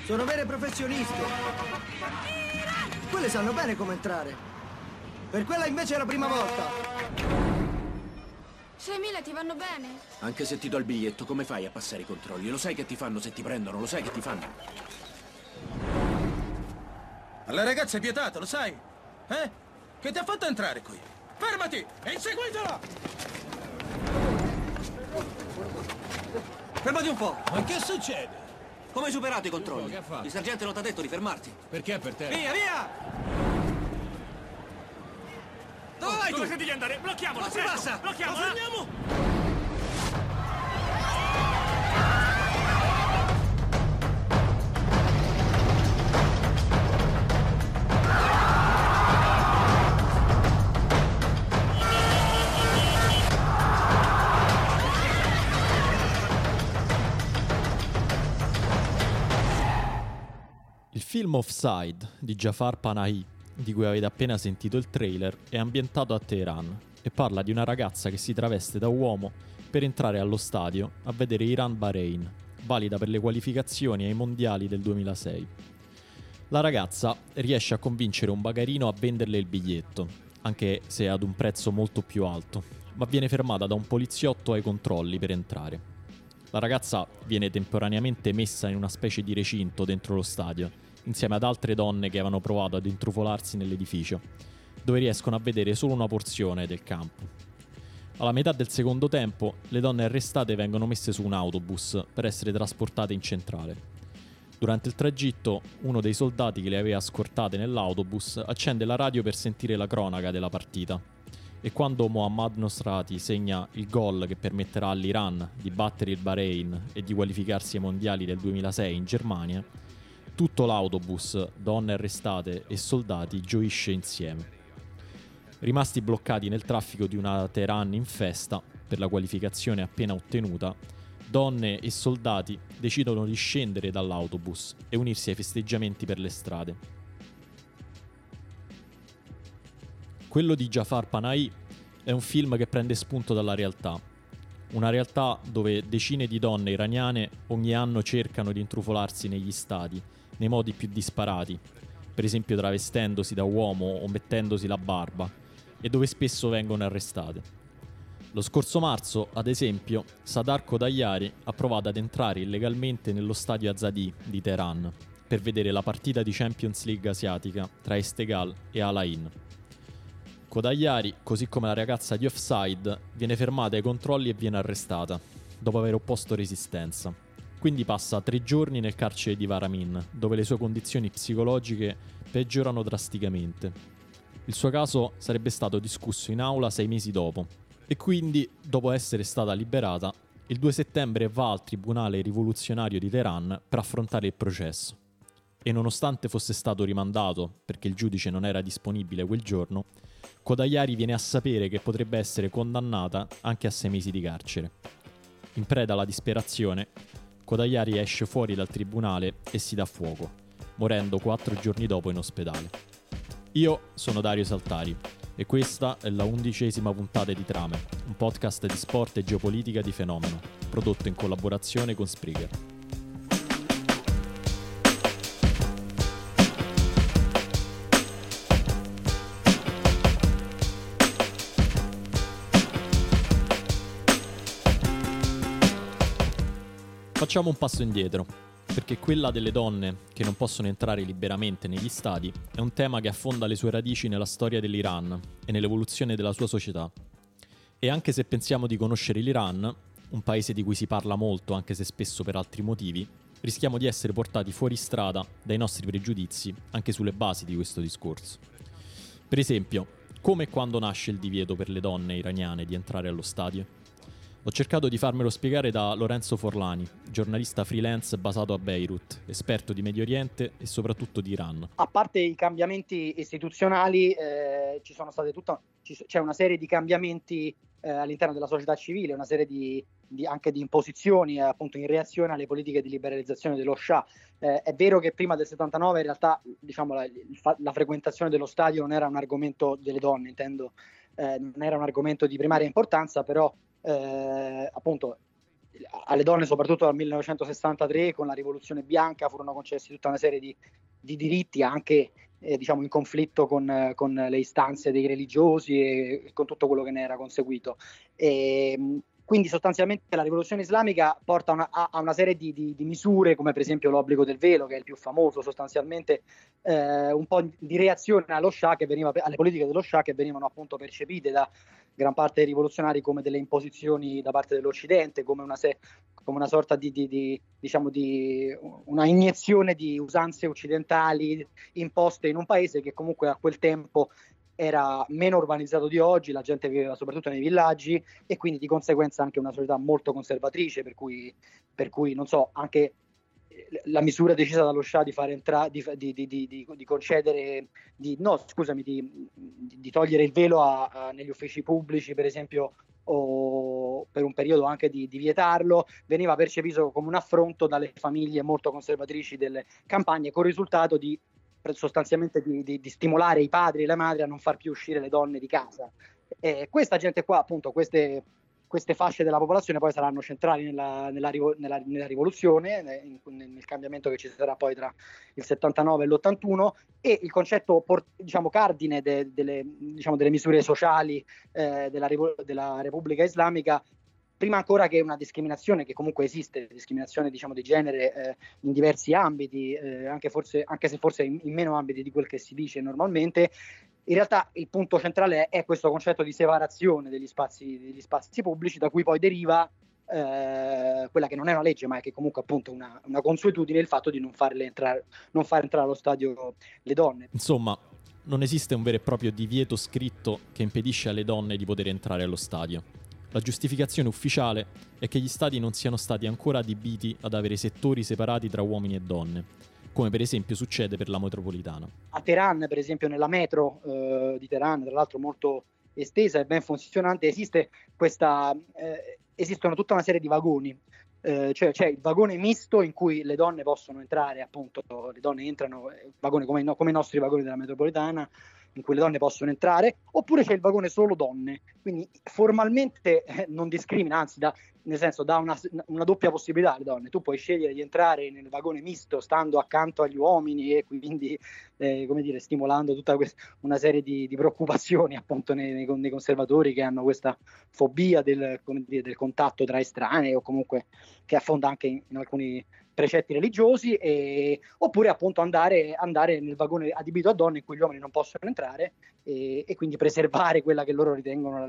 Sono vere professionisti. Quelle sanno bene come entrare. Per quella invece è la prima volta. 6.000 ti vanno bene? Anche se ti do il biglietto, come fai a passare i controlli? Lo sai che ti fanno se ti prendono, lo sai che ti fanno. Alla ragazza è pietato, lo sai? Eh? Che ti ha fatto entrare qui? Fermati e inseguitela! Fermati un po'. Ma che succede? Come hai superato i controlli? Che ha fatto? Il sergente non ti ha detto di fermarti. Perché per te? Via, via! Dove vai tu? Dove credi di andare? Blocchiamola! Non si passa! Blocchiamola! Lo fermiamo! Il film Offside di Jafar Panahi, di cui avete appena sentito il trailer, è ambientato a Teheran e parla di una ragazza che si traveste da uomo per entrare allo stadio a vedere Iran-Bahrain, valida per le qualificazioni ai mondiali del 2006. La ragazza riesce a convincere un bagarino a venderle il biglietto, anche se ad un prezzo molto più alto, ma viene fermata da un poliziotto ai controlli per entrare. La ragazza viene temporaneamente messa in una specie di recinto dentro lo stadio, insieme ad altre donne che avevano provato ad intrufolarsi nell'edificio, dove riescono a vedere solo una porzione del campo. Alla metà del secondo tempo, le donne arrestate vengono messe su un autobus per essere trasportate in centrale. Durante il tragitto, uno dei soldati che le aveva scortate nell'autobus accende la radio per sentire la cronaca della partita. E quando Mohammad Nosrati segna il gol che permetterà all'Iran di battere il Bahrain e di qualificarsi ai mondiali del 2006 in Germania, tutto l'autobus, donne arrestate e soldati gioisce insieme. Rimasti bloccati nel traffico di una Teheran in festa per la qualificazione appena ottenuta, donne e soldati decidono di scendere dall'autobus e unirsi ai festeggiamenti per le strade. Quello di Jafar Panahi è un film che prende spunto dalla realtà. Una realtà dove decine di donne iraniane ogni anno cercano di intrufolarsi negli stadi, nei modi più disparati, per esempio travestendosi da uomo o mettendosi la barba, e dove spesso vengono arrestate. Lo scorso marzo, ad esempio, Sadar Khodaiyari ha provato ad entrare illegalmente nello stadio Azadi di Teheran per vedere la partita di Champions League asiatica tra Esteghlal e Al Ain. Khodaiyari, così come la ragazza di Offside, viene fermata ai controlli e viene arrestata, dopo aver opposto resistenza. Quindi passa 3 giorni nel carcere di Varamin, dove le sue condizioni psicologiche peggiorano drasticamente. Il suo caso sarebbe stato discusso in aula 6 mesi dopo, e quindi, dopo essere stata liberata, il 2 settembre va al Tribunale Rivoluzionario di Teheran per affrontare il processo. E nonostante fosse stato rimandato perché il giudice non era disponibile quel giorno, Khodaiyari viene a sapere che potrebbe essere condannata anche a 6 mesi di carcere. In preda alla disperazione, Khodaiyari esce fuori dal tribunale e si dà fuoco, morendo 4 giorni dopo in ospedale. Io sono Dario Saltari e questa è la 11ª puntata di Trame, un podcast di sport e geopolitica di Fenomeno, prodotto in collaborazione con Spreaker. Facciamo un passo indietro, perché quella delle donne che non possono entrare liberamente negli stadi è un tema che affonda le sue radici nella storia dell'Iran e nell'evoluzione della sua società. E anche se pensiamo di conoscere l'Iran, un paese di cui si parla molto, anche se spesso per altri motivi, rischiamo di essere portati fuori strada dai nostri pregiudizi anche sulle basi di questo discorso. Per esempio, come e quando nasce il divieto per le donne iraniane di entrare allo stadio? Ho cercato di farmelo spiegare da Lorenzo Forlani, giornalista freelance basato a Beirut, esperto di Medio Oriente e soprattutto di Iran. A parte i cambiamenti istituzionali, c'è una serie di cambiamenti all'interno della società civile, una serie anche di imposizioni appunto in reazione alle politiche di liberalizzazione dello Shah. È vero che prima del 79 in realtà diciamo la frequentazione dello stadio non era un argomento delle donne, non era un argomento di primaria importanza, però appunto alle donne, soprattutto dal 1963, con la rivoluzione bianca, furono concessi tutta una serie di diritti, anche diciamo in conflitto con le istanze dei religiosi e con tutto quello che ne era conseguito. Quindi sostanzialmente la rivoluzione islamica porta a una serie di misure, come per esempio l'obbligo del velo, che è il più famoso, sostanzialmente un po' di reazione allo Shah alle politiche dello Shah, che venivano appunto percepite da gran parte dei rivoluzionari come delle imposizioni da parte dell'Occidente, come una sorta diciamo di una iniezione di usanze occidentali imposte in un paese che comunque a quel tempo era meno urbanizzato di oggi, la gente viveva soprattutto nei villaggi e quindi di conseguenza anche una società molto conservatrice, per cui non so, anche la misura decisa dallo Shah di fare entrare, di concedere, di togliere il velo negli uffici pubblici, per esempio, o per un periodo anche di vietarlo, veniva percepito come un affronto dalle famiglie molto conservatrici delle campagne, con il risultato sostanzialmente di stimolare i padri e le madri a non far più uscire le donne di casa. Questa gente qua, appunto, queste fasce della popolazione poi saranno centrali nella rivoluzione, nel cambiamento che ci sarà poi tra il 79 e l'81, e il concetto diciamo cardine delle misure sociali della Repubblica Islamica, prima ancora che una discriminazione che comunque esiste, discriminazione diciamo di genere in diversi ambiti, anche se forse in meno ambiti di quel che si dice normalmente. In realtà il punto centrale è questo concetto di separazione degli spazi pubblici, da cui poi deriva quella che non è una legge, ma è che comunque appunto una consuetudine, il fatto di non far entrare allo stadio le donne. Insomma, non esiste un vero e proprio divieto scritto che impedisce alle donne di poter entrare allo stadio. La giustificazione ufficiale è che gli stadi non siano stati ancora adibiti ad avere settori separati tra uomini e donne, come per esempio succede per la metropolitana. A Teheran, per esempio, nella metro di Teheran, tra l'altro molto estesa e ben funzionante, esistono tutta una serie di vagoni. Cioè c'è il vagone misto in cui le donne possono entrare, appunto, le donne entrano, vagone come i nostri vagoni della metropolitana, in cui le donne possono entrare, oppure c'è il vagone solo donne, quindi formalmente non discrimina, anzi nel senso dà una doppia possibilità alle donne. Tu puoi scegliere di entrare nel vagone misto stando accanto agli uomini e quindi stimolando tutta una serie di preoccupazioni appunto nei conservatori, che hanno questa fobia del contatto tra estranei, o comunque che affonda anche in alcuni precetti religiosi, oppure appunto andare nel vagone adibito a donne in cui gli uomini non possono entrare, e quindi preservare quella che loro ritengono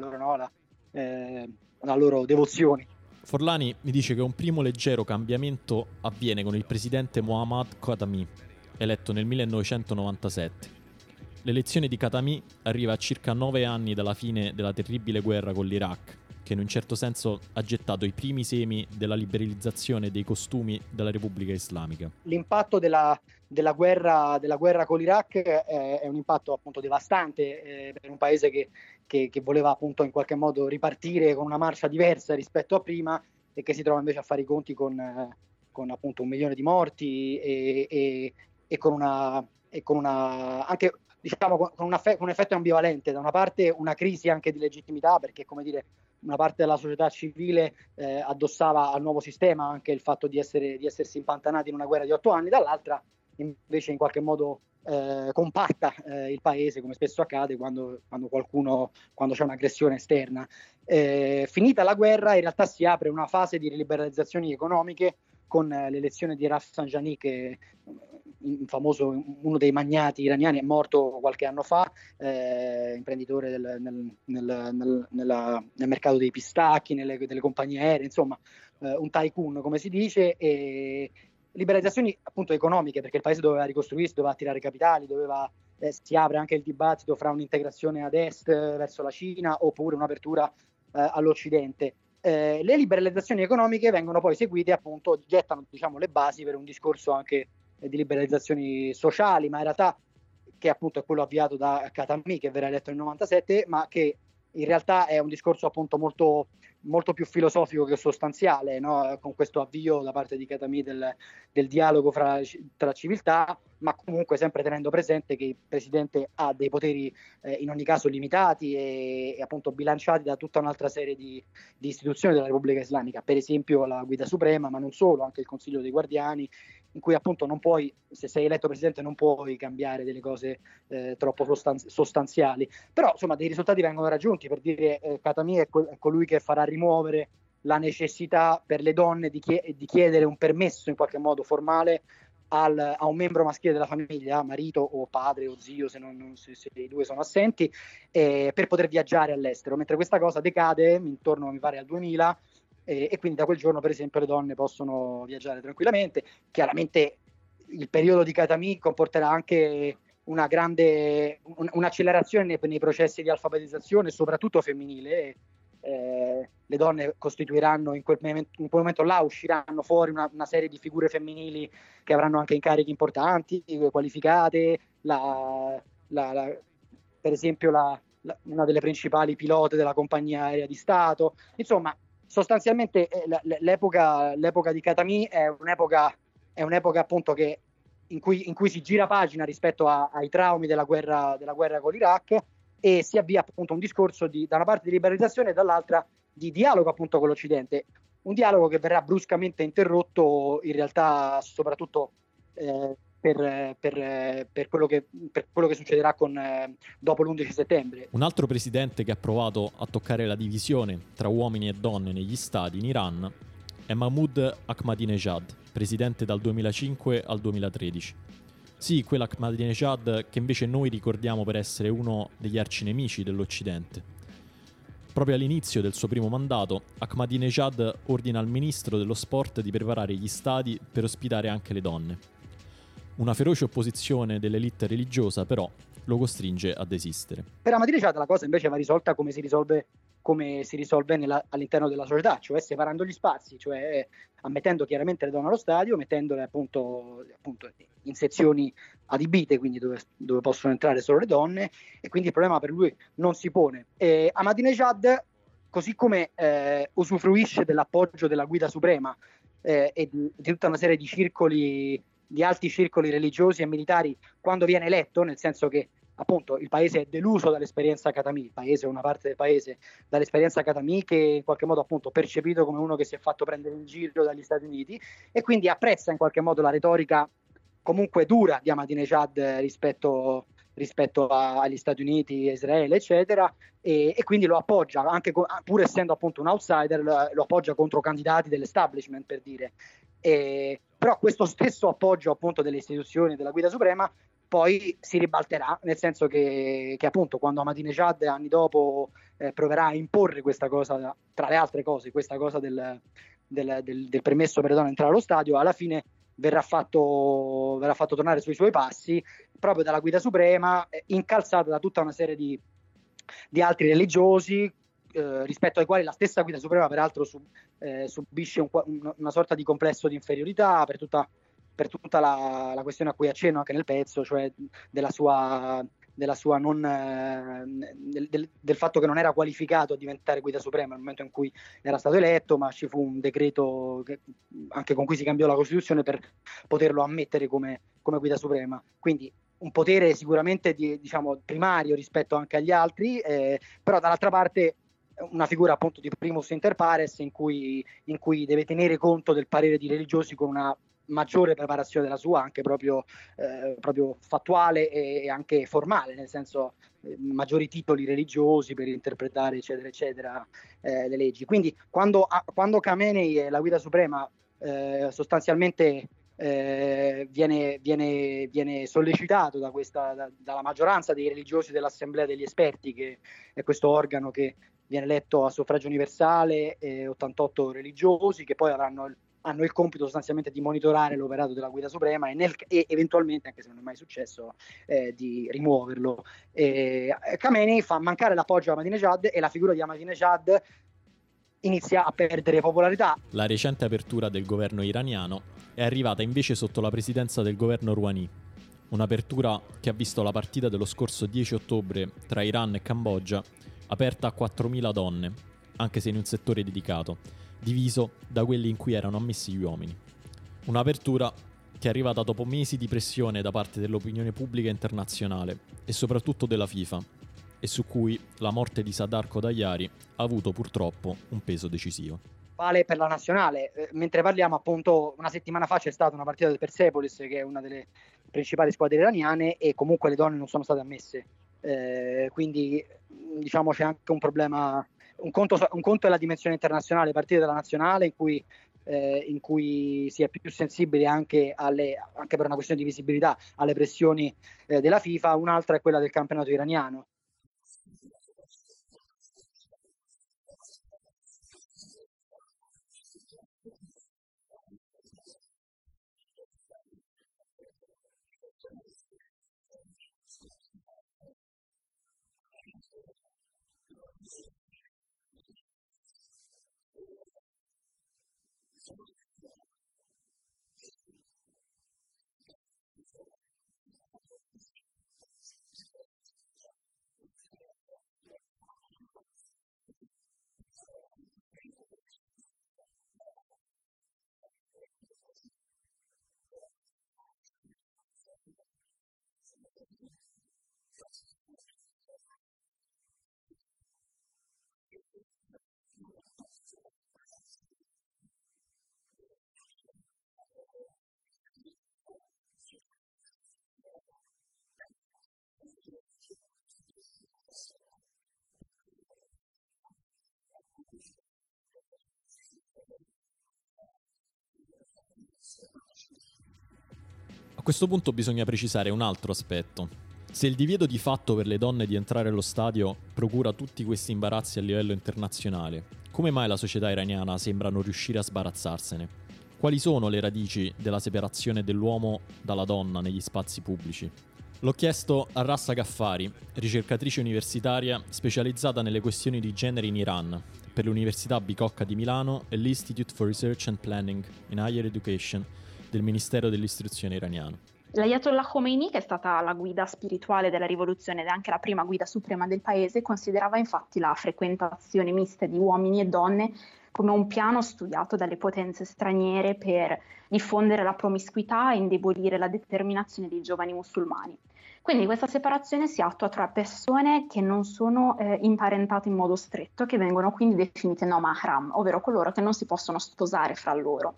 la loro devozione. Forlani mi dice che un primo leggero cambiamento avviene con il presidente Mohammad Khatami, eletto nel 1997. L'elezione di Khatami arriva a circa 9 anni dalla fine della terribile guerra con l'Iraq, che in un certo senso ha gettato i primi semi della liberalizzazione dei costumi della Repubblica Islamica. L'impatto della guerra con l'Iraq è un impatto appunto devastante per un paese che voleva appunto in qualche modo ripartire con una marcia diversa rispetto a prima, e che si trova invece a fare i conti con appunto 1 milione di morti e con una anche diciamo con un effetto ambivalente. Da una parte una crisi anche di legittimità, perché una parte della società civile addossava al nuovo sistema anche il fatto di essersi impantanati in una guerra di 8 anni, dall'altra invece in qualche modo compatta il paese, come spesso accade quando c'è un'aggressione esterna. Finita la guerra, in realtà si apre una fase di liberalizzazioni economiche con l'elezione di Rafsanjani, che uno dei magnati iraniani, è morto qualche anno fa, imprenditore nel mercato dei pistacchi, delle compagnie aeree, insomma un tycoon come si dice, e liberalizzazioni appunto economiche, perché il paese doveva ricostruirsi, doveva attirare capitali, si apre anche il dibattito fra un'integrazione ad est verso la Cina oppure un'apertura all'Occidente. Le liberalizzazioni economiche vengono poi seguite, appunto, gettano le basi per un discorso anche di liberalizzazioni sociali, ma in realtà che appunto è quello avviato da Khatami, che verrà eletto nel 97, ma che in realtà è un discorso appunto molto, molto più filosofico che sostanziale, no? Con questo avvio da parte di Khatami del dialogo tra civiltà, ma comunque sempre tenendo presente che il presidente ha dei poteri in ogni caso limitati e appunto bilanciati da tutta un'altra serie di istituzioni della Repubblica Islamica, per esempio la Guida Suprema, ma non solo, anche il Consiglio dei Guardiani, in cui appunto non puoi, se sei eletto presidente, non puoi cambiare delle cose troppo sostanziali. Però insomma dei risultati vengono raggiunti, per dire Khatami è colui che farà rimuovere la necessità per le donne di chiedere un permesso in qualche modo formale a un membro maschile della famiglia, marito o padre o zio se i due sono assenti, per poter viaggiare all'estero, mentre questa cosa decade intorno mi pare al 2000 e quindi da quel giorno per esempio le donne possono viaggiare tranquillamente. Chiaramente il periodo di Khatami comporterà anche un'accelerazione nei processi di alfabetizzazione, soprattutto femminile. Le donne costituiranno in quel momento là, usciranno fuori una serie di figure femminili che avranno anche incarichi importanti, qualificate, per esempio una delle principali pilote della compagnia aerea di Stato. Insomma, sostanzialmente l'epoca di Khatami è un'epoca appunto in cui si gira pagina rispetto ai traumi della guerra con l'Iraq, e si avvia appunto un discorso da una parte di liberalizzazione e dall'altra di dialogo appunto con l'Occidente, un dialogo che verrà bruscamente interrotto in realtà soprattutto per quello che succederà dopo l'11 settembre. Un altro presidente che ha provato a toccare la divisione tra uomini e donne negli stati in Iran è Mahmoud Ahmadinejad, presidente dal 2005 al 2013. Sì, quell'Ahmadinejad che invece noi ricordiamo per essere uno degli arcinemici dell'Occidente. Proprio all'inizio del suo primo mandato, Ahmadinejad ordina al ministro dello sport di preparare gli stadi per ospitare anche le donne. Una feroce opposizione dell'elite religiosa, però, lo costringe a desistere. Per Ahmadinejad la cosa invece va risolta come si risolve all'interno della società, cioè separando gli spazi, cioè ammettendo chiaramente le donne allo stadio, mettendole appunto in sezioni adibite, quindi dove possono entrare solo le donne, e quindi il problema per lui non si pone. Ahmadinejad, così come usufruisce dell'appoggio della Guida Suprema e di tutta una serie di alti circoli religiosi e militari quando viene eletto, nel senso che appunto il paese è deluso dall'esperienza Khatami, il paese, una parte del paese, dall'esperienza Khatami, che in qualche modo appunto percepito come uno che si è fatto prendere in giro dagli Stati Uniti, e quindi apprezza in qualche modo la retorica comunque dura di Ahmadinejad rispetto agli Stati Uniti, Israele, eccetera, e quindi lo appoggia, anche pur essendo appunto un outsider, lo appoggia contro candidati dell'establishment, per dire. Però questo stesso appoggio appunto delle istituzioni della Guida Suprema poi si ribalterà, nel senso che appunto quando Ahmadinejad anni dopo proverà a imporre questa cosa, tra le altre cose, questa cosa del permesso per le donne entrare allo stadio, alla fine verrà fatto tornare sui suoi passi proprio dalla Guida Suprema, incalzata da tutta una serie di altri religiosi, rispetto ai quali la stessa Guida Suprema peraltro subisce una sorta di complesso di inferiorità per tutta la questione a cui accenno anche nel pezzo, cioè del fatto che non era qualificato a diventare Guida Suprema nel momento in cui era stato eletto, ma ci fu un decreto anche con cui si cambiò la Costituzione per poterlo ammettere come Guida Suprema. Quindi un potere sicuramente primario rispetto anche agli altri, però dall'altra parte una figura appunto di primus inter pares in cui deve tenere conto del parere di religiosi con una maggiore preparazione della sua, anche proprio fattuale e anche formale, nel senso maggiori titoli religiosi per interpretare eccetera eccetera le leggi. Quindi quando Khamenei è la Guida Suprema sostanzialmente viene sollecitato dalla maggioranza dei religiosi dell'Assemblea degli Esperti, che è questo organo che viene eletto a suffragio universale, 88 religiosi che poi hanno il compito sostanzialmente di monitorare l'operato della Guida Suprema e eventualmente, anche se non è mai successo, di rimuoverlo. Khamenei fa mancare l'appoggio a Ahmadinejad e la figura di Ahmadinejad inizia a perdere popolarità. La recente apertura del governo iraniano è arrivata invece sotto la presidenza del governo Rouhani, un'apertura che ha visto la partita dello scorso 10 ottobre tra Iran e Cambogia aperta a 4.000 donne, anche se in un settore dedicato, diviso da quelli in cui erano ammessi gli uomini. Un'apertura che è arrivata dopo mesi di pressione da parte dell'opinione pubblica internazionale e soprattutto della FIFA, e su cui la morte di Sadar Khodaiyari ha avuto purtroppo un peso decisivo. Vale per la nazionale, mentre parliamo appunto una settimana fa c'è stata una partita del Persepolis, che è una delle principali squadre iraniane, e comunque le donne non sono state ammesse, quindi diciamo c'è anche un problema, un conto è la dimensione internazionale, partite della nazionale in cui si è più sensibili anche per una questione di visibilità alle pressioni della FIFA, un'altra è quella del campionato iraniano. A questo punto bisogna precisare un altro aspetto. Se il divieto di fatto per le donne di entrare allo stadio procura tutti questi imbarazzi a livello internazionale, come mai la società iraniana sembra non riuscire a sbarazzarsene? Quali sono le radici della separazione dell'uomo dalla donna negli spazi pubblici? L'ho chiesto a Rassa Ghaffari, ricercatrice universitaria specializzata nelle questioni di genere in Iran, per l'Università Bicocca di Milano e l'Institute for Research and Planning in Higher Education del Ministero dell'Istruzione iraniano. L'Ayatollah Khomeini, che è stata la guida spirituale della rivoluzione ed è anche la prima guida suprema del paese, considerava infatti la frequentazione mista di uomini e donne come un piano studiato dalle potenze straniere per diffondere la promiscuità e indebolire la determinazione dei giovani musulmani. Quindi questa separazione si attua tra persone che non sono imparentate in modo stretto, che vengono quindi definite no mahram, ovvero coloro che non si possono sposare fra loro.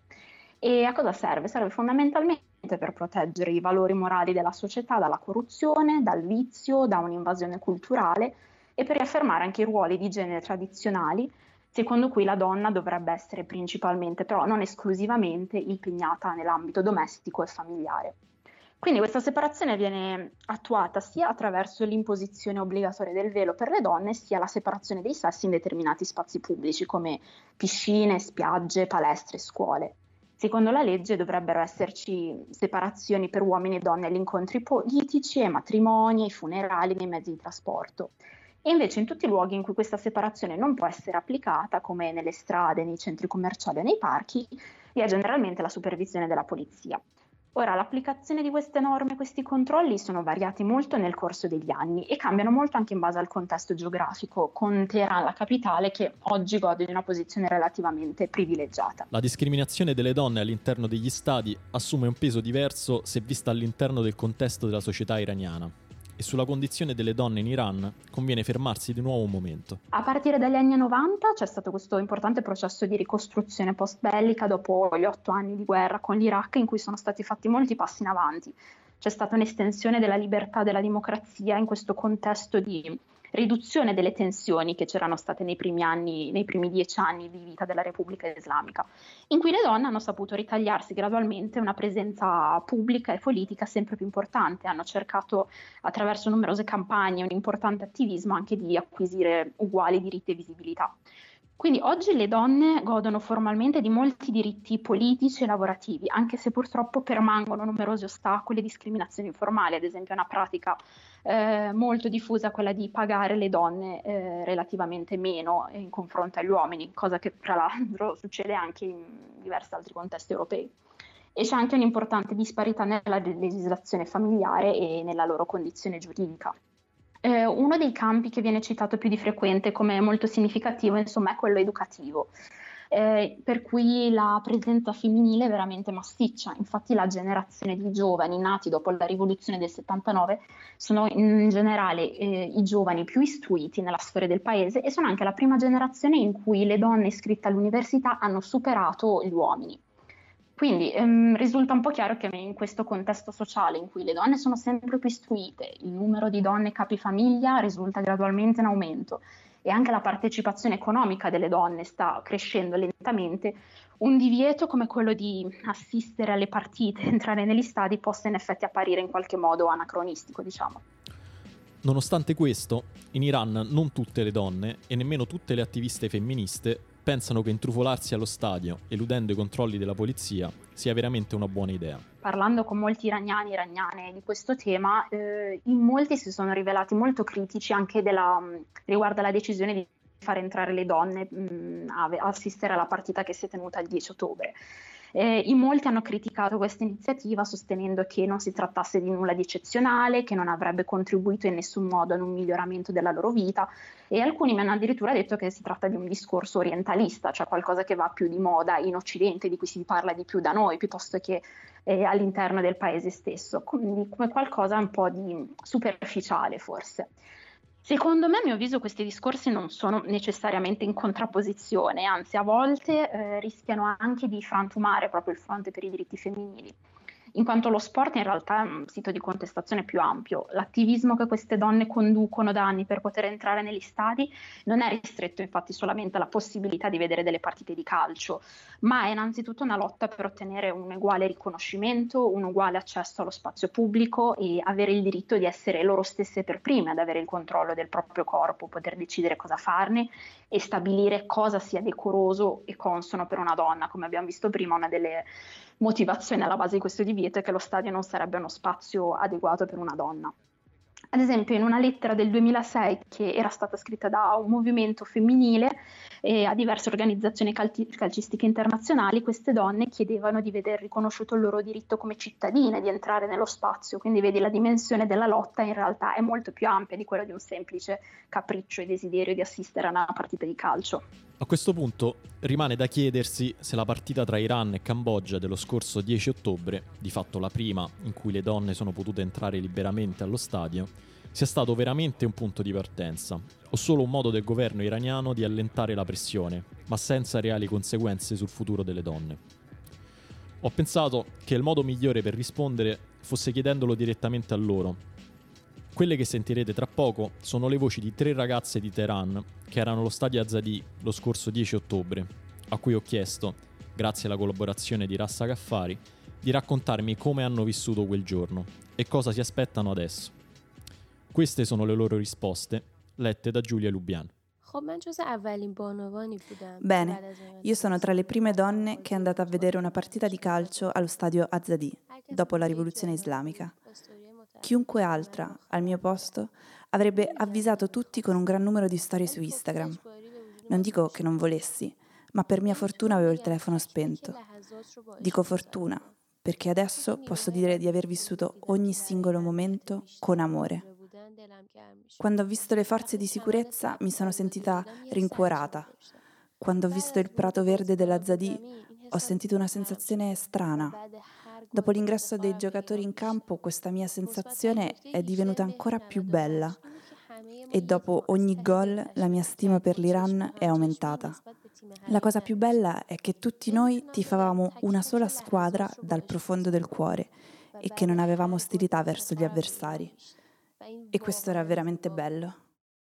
E a cosa serve? Serve fondamentalmente per proteggere i valori morali della società dalla corruzione, dal vizio, da un'invasione culturale e per riaffermare anche i ruoli di genere tradizionali, secondo cui la donna dovrebbe essere principalmente, però non esclusivamente, impegnata nell'ambito domestico e familiare. Quindi questa separazione viene attuata sia attraverso l'imposizione obbligatoria del velo per le donne, sia la separazione dei sessi in determinati spazi pubblici come piscine, spiagge, palestre, scuole. Secondo la legge dovrebbero esserci separazioni per uomini e donne agli incontri politici, ai matrimoni, ai funerali, nei mezzi di trasporto. E invece in tutti i luoghi in cui questa separazione non può essere applicata, come nelle strade, nei centri commerciali o nei parchi, vi è generalmente la supervisione della polizia. Ora, l'applicazione di queste norme, questi controlli sono variati molto nel corso degli anni e cambiano molto anche in base al contesto geografico, con Teheran, la capitale, che oggi gode di una posizione relativamente privilegiata. La discriminazione delle donne all'interno degli stadi assume un peso diverso se vista all'interno del contesto della società iraniana. E sulla condizione delle donne in Iran conviene fermarsi di nuovo un momento. A partire dagli anni 90 c'è stato questo importante processo di ricostruzione post-bellica dopo gli 8 anni di guerra con l'Iraq, in cui sono stati fatti molti passi in avanti. C'è stata un'estensione della libertà e della democrazia in questo contesto di riduzione delle tensioni che c'erano state nei primi 10 anni di vita della Repubblica Islamica, in cui le donne hanno saputo ritagliarsi gradualmente una presenza pubblica e politica sempre più importante, hanno cercato attraverso numerose campagne e un importante attivismo anche di acquisire uguali diritti e visibilità. Quindi oggi le donne godono formalmente di molti diritti politici e lavorativi, anche se purtroppo permangono numerosi ostacoli e discriminazioni informali, ad esempio una pratica molto diffusa, quella di pagare le donne relativamente meno in confronto agli uomini, cosa che tra l'altro succede anche in diversi altri contesti europei. E c'è anche un'importante disparità nella legislazione familiare e nella loro condizione giuridica. Uno dei campi che viene citato più di frequente come molto significativo, insomma, è quello educativo, per cui la presenza femminile è veramente massiccia. Infatti la generazione di giovani nati dopo la rivoluzione del 79 sono in generale i giovani più istruiti nella storia del paese e sono anche la prima generazione in cui le donne iscritte all'università hanno superato gli uomini. Quindi risulta un po' chiaro che in questo contesto sociale in cui le donne sono sempre più istruite, il numero di donne capifamiglia risulta gradualmente in aumento e anche la partecipazione economica delle donne sta crescendo lentamente, un divieto come quello di assistere alle partite, entrare negli stadi, possa in effetti apparire in qualche modo anacronistico, diciamo. Nonostante questo, in Iran non tutte le donne e nemmeno tutte le attiviste femministe pensano che intrufolarsi allo stadio, eludendo i controlli della polizia, sia veramente una buona idea. Parlando con molti iraniani e iraniane di questo tema, in molti si sono rivelati molto critici anche riguardo alla decisione di far entrare le donne a assistere alla partita che si è tenuta il 10 ottobre. In molti hanno criticato questa iniziativa sostenendo che non si trattasse di nulla di eccezionale, che non avrebbe contribuito in nessun modo ad un miglioramento della loro vita e alcuni mi hanno addirittura detto che si tratta di un discorso orientalista, cioè qualcosa che va più di moda in Occidente, di cui si parla di più da noi piuttosto che all'interno del paese stesso, quindi come qualcosa un po' di superficiale forse. Secondo me, a mio avviso, questi discorsi non sono necessariamente in contrapposizione, anzi a volte rischiano anche di frantumare proprio il fronte per i diritti femminili, in quanto lo sport in realtà è un sito di contestazione più ampio. L'attivismo che queste donne conducono da anni per poter entrare negli stadi non è ristretto infatti solamente alla possibilità di vedere delle partite di calcio, ma è innanzitutto una lotta per ottenere un uguale riconoscimento, un uguale accesso allo spazio pubblico e avere il diritto di essere loro stesse per prime ad avere il controllo del proprio corpo, poter decidere cosa farne e stabilire cosa sia decoroso e consono per una donna. Come abbiamo visto prima, una delle motivazioni alla base di questo divieto è che lo stadio non sarebbe uno spazio adeguato per una donna. Ad esempio, in una lettera del 2006 che era stata scritta da un movimento femminile e a diverse organizzazioni calcistiche internazionali, queste donne chiedevano di vedere riconosciuto il loro diritto come cittadine di entrare nello spazio. Quindi vedi, la dimensione della lotta in realtà è molto più ampia di quella di un semplice capriccio e desiderio di assistere a una partita di calcio. A questo punto rimane da chiedersi se la partita tra Iran e Cambogia dello scorso 10 ottobre, di fatto la prima in cui le donne sono potute entrare liberamente allo stadio, sia stato veramente un punto di partenza, o solo un modo del governo iraniano di allentare la pressione, ma senza reali conseguenze sul futuro delle donne. Ho pensato che il modo migliore per rispondere fosse chiedendolo direttamente a loro. Quelle che sentirete tra poco sono le voci di 3 ragazze di Teheran che erano allo stadio Azadi lo scorso 10 ottobre, a cui ho chiesto, grazie alla collaborazione di Rassa Gaffari, di raccontarmi come hanno vissuto quel giorno e cosa si aspettano adesso. Queste sono le loro risposte, lette da Giulia Lubian. Bene, io sono tra le prime donne che è andata a vedere una partita di calcio allo stadio Azadi, dopo la rivoluzione islamica. Chiunque altra, al mio posto, avrebbe avvisato tutti con un gran numero di storie su Instagram. Non dico che non volessi, ma per mia fortuna avevo il telefono spento. Dico fortuna, perché adesso posso dire di aver vissuto ogni singolo momento con amore. Quando ho visto le forze di sicurezza mi sono sentita rincuorata. Quando ho visto il prato verde dell'Azadi ho sentito una sensazione strana. Dopo l'ingresso dei giocatori in campo, questa mia sensazione è divenuta ancora più bella. E dopo ogni gol, la mia stima per l'Iran è aumentata. La cosa più bella è che tutti noi tifavamo una sola squadra dal profondo del cuore e che non avevamo ostilità verso gli avversari. E questo era veramente bello.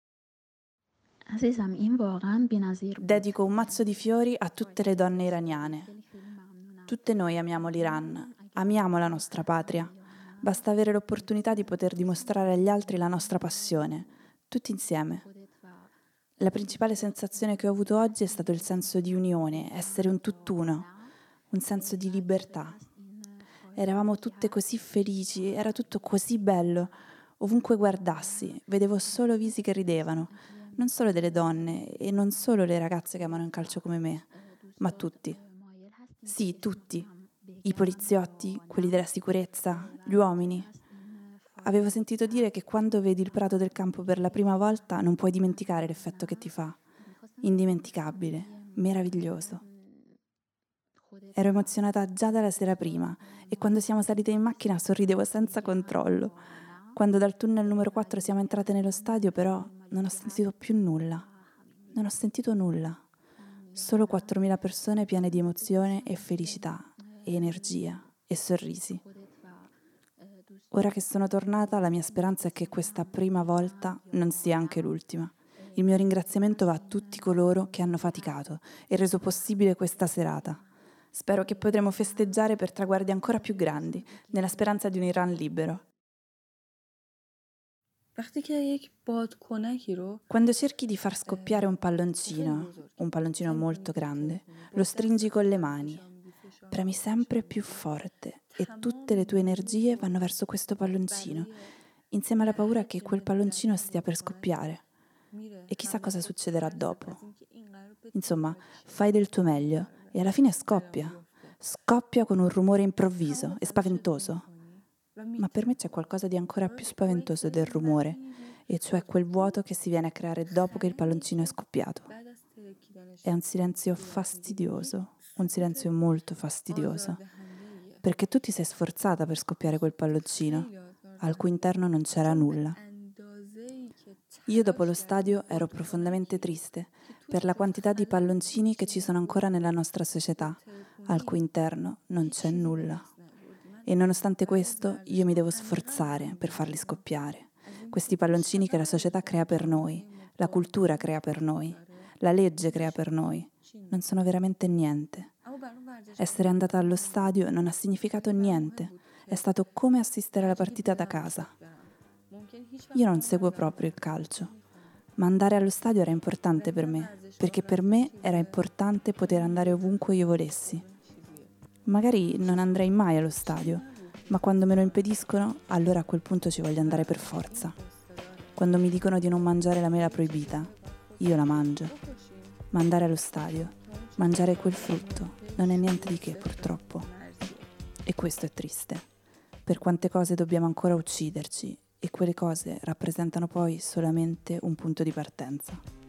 Dedico un mazzo di fiori a tutte le donne iraniane. Tutte noi amiamo l'Iran, amiamo la nostra patria. Basta avere l'opportunità di poter dimostrare agli altri la nostra passione, tutti insieme. La principale sensazione che ho avuto oggi è stato il senso di unione, essere un tutt'uno, un senso di libertà. Eravamo tutte così felici, era tutto così bello. Ovunque guardassi, vedevo solo visi che ridevano, non solo delle donne e non solo le ragazze che amano il calcio come me, ma tutti. Sì, tutti. I poliziotti, quelli della sicurezza, gli uomini. Avevo sentito dire che quando vedi il prato del campo per la prima volta non puoi dimenticare l'effetto che ti fa. Indimenticabile, meraviglioso. Ero emozionata già dalla sera prima e quando siamo salite in macchina sorridevo senza controllo. Quando dal tunnel numero 4 siamo entrate nello stadio, però, non ho sentito più nulla. Non ho sentito nulla. Solo 4.000 persone piene di emozione e felicità, e energia, e sorrisi. Ora che sono tornata, la mia speranza è che questa prima volta non sia anche l'ultima. Il mio ringraziamento va a tutti coloro che hanno faticato e reso possibile questa serata. Spero che potremo festeggiare per traguardi ancora più grandi, nella speranza di un Iran libero. Quando cerchi di far scoppiare un palloncino molto grande, lo stringi con le mani, premi sempre più forte e tutte le tue energie vanno verso questo palloncino, insieme alla paura che quel palloncino stia per scoppiare. E chissà cosa succederà dopo. Insomma, fai del tuo meglio e alla fine scoppia. Scoppia con un rumore improvviso e spaventoso. Ma per me c'è qualcosa di ancora più spaventoso del rumore, e cioè quel vuoto che si viene a creare dopo che il palloncino è scoppiato. È un silenzio fastidioso, un silenzio molto fastidioso, perché tu ti sei sforzata per scoppiare quel palloncino, al cui interno non c'era nulla. Io dopo lo stadio ero profondamente triste per la quantità di palloncini che ci sono ancora nella nostra società, al cui interno non c'è nulla. E nonostante questo, io mi devo sforzare per farli scoppiare. Questi palloncini che la società crea per noi, la cultura crea per noi, la legge crea per noi, non sono veramente niente. Essere andata allo stadio non ha significato niente, è stato come assistere alla partita da casa. Io non seguo proprio il calcio, ma andare allo stadio era importante per me, perché per me era importante poter andare ovunque io volessi. Magari non andrei mai allo stadio, ma quando me lo impediscono, allora a quel punto ci voglio andare per forza. Quando mi dicono di non mangiare la mela proibita, io la mangio. Ma andare allo stadio, mangiare quel frutto, non è niente di che, purtroppo. E questo è triste. Per quante cose dobbiamo ancora ucciderci, e quelle cose rappresentano poi solamente un punto di partenza.